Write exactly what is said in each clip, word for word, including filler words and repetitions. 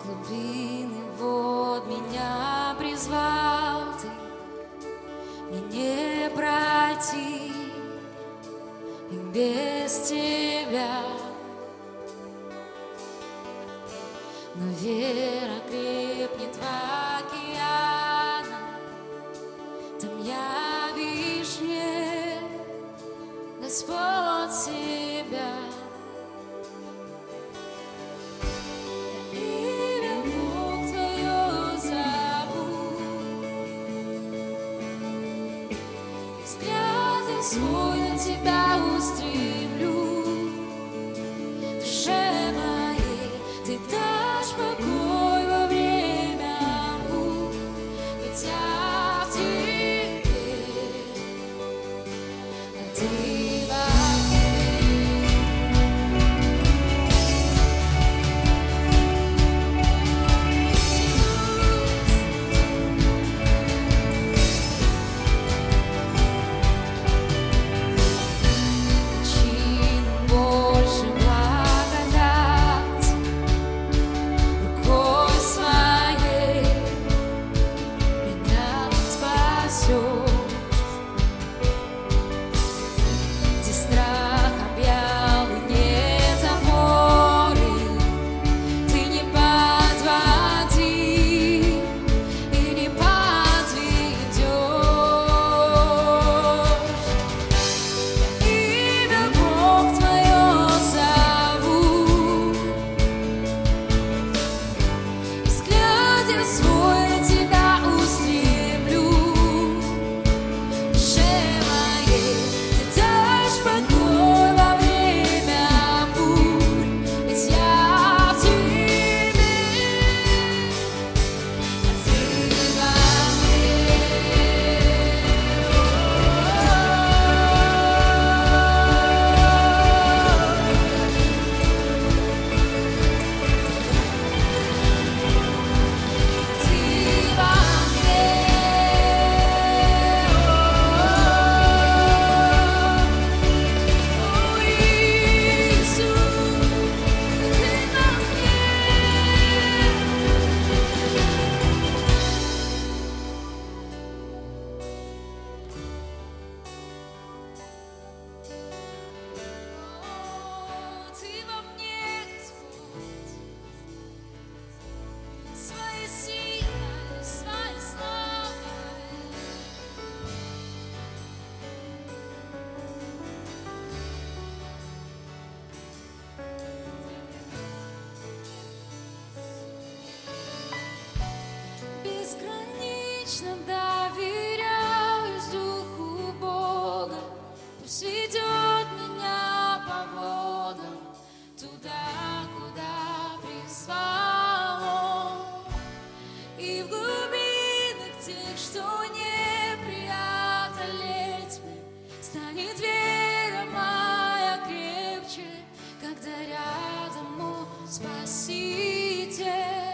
глубины вод меня призвал Ты, мне не пройти и без Тебя. Но вера крепнет в океанах, там явишь мне, Господь, себя. Свой на Тебя устремлю, душе моей Ты дашь покой во время бурь, ведь я в Тебе, а Ты во мне. Безгранично доверяюсь Духу Бога, пусть ведет меня по водам туда, куда призвал Он. И в глубинах тех, что не преодолеть мне, станет вера моя крепче, когда рядом мой Спаситель.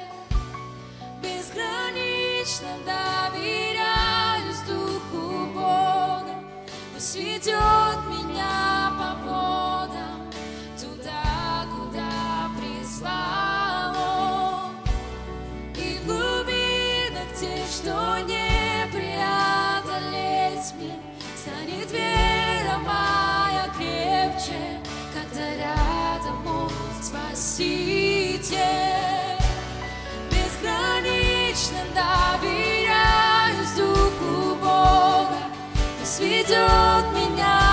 Безгранично доверяюсь Духу Бога, пусть ведет меня по водам туда, куда призвал Он. И в глубинах тех, что не преодолеть мне, станет вера моя крепче, когда рядом мой Спаситель. Безгранично доверяюсь Духу Бога, пусть ведет меня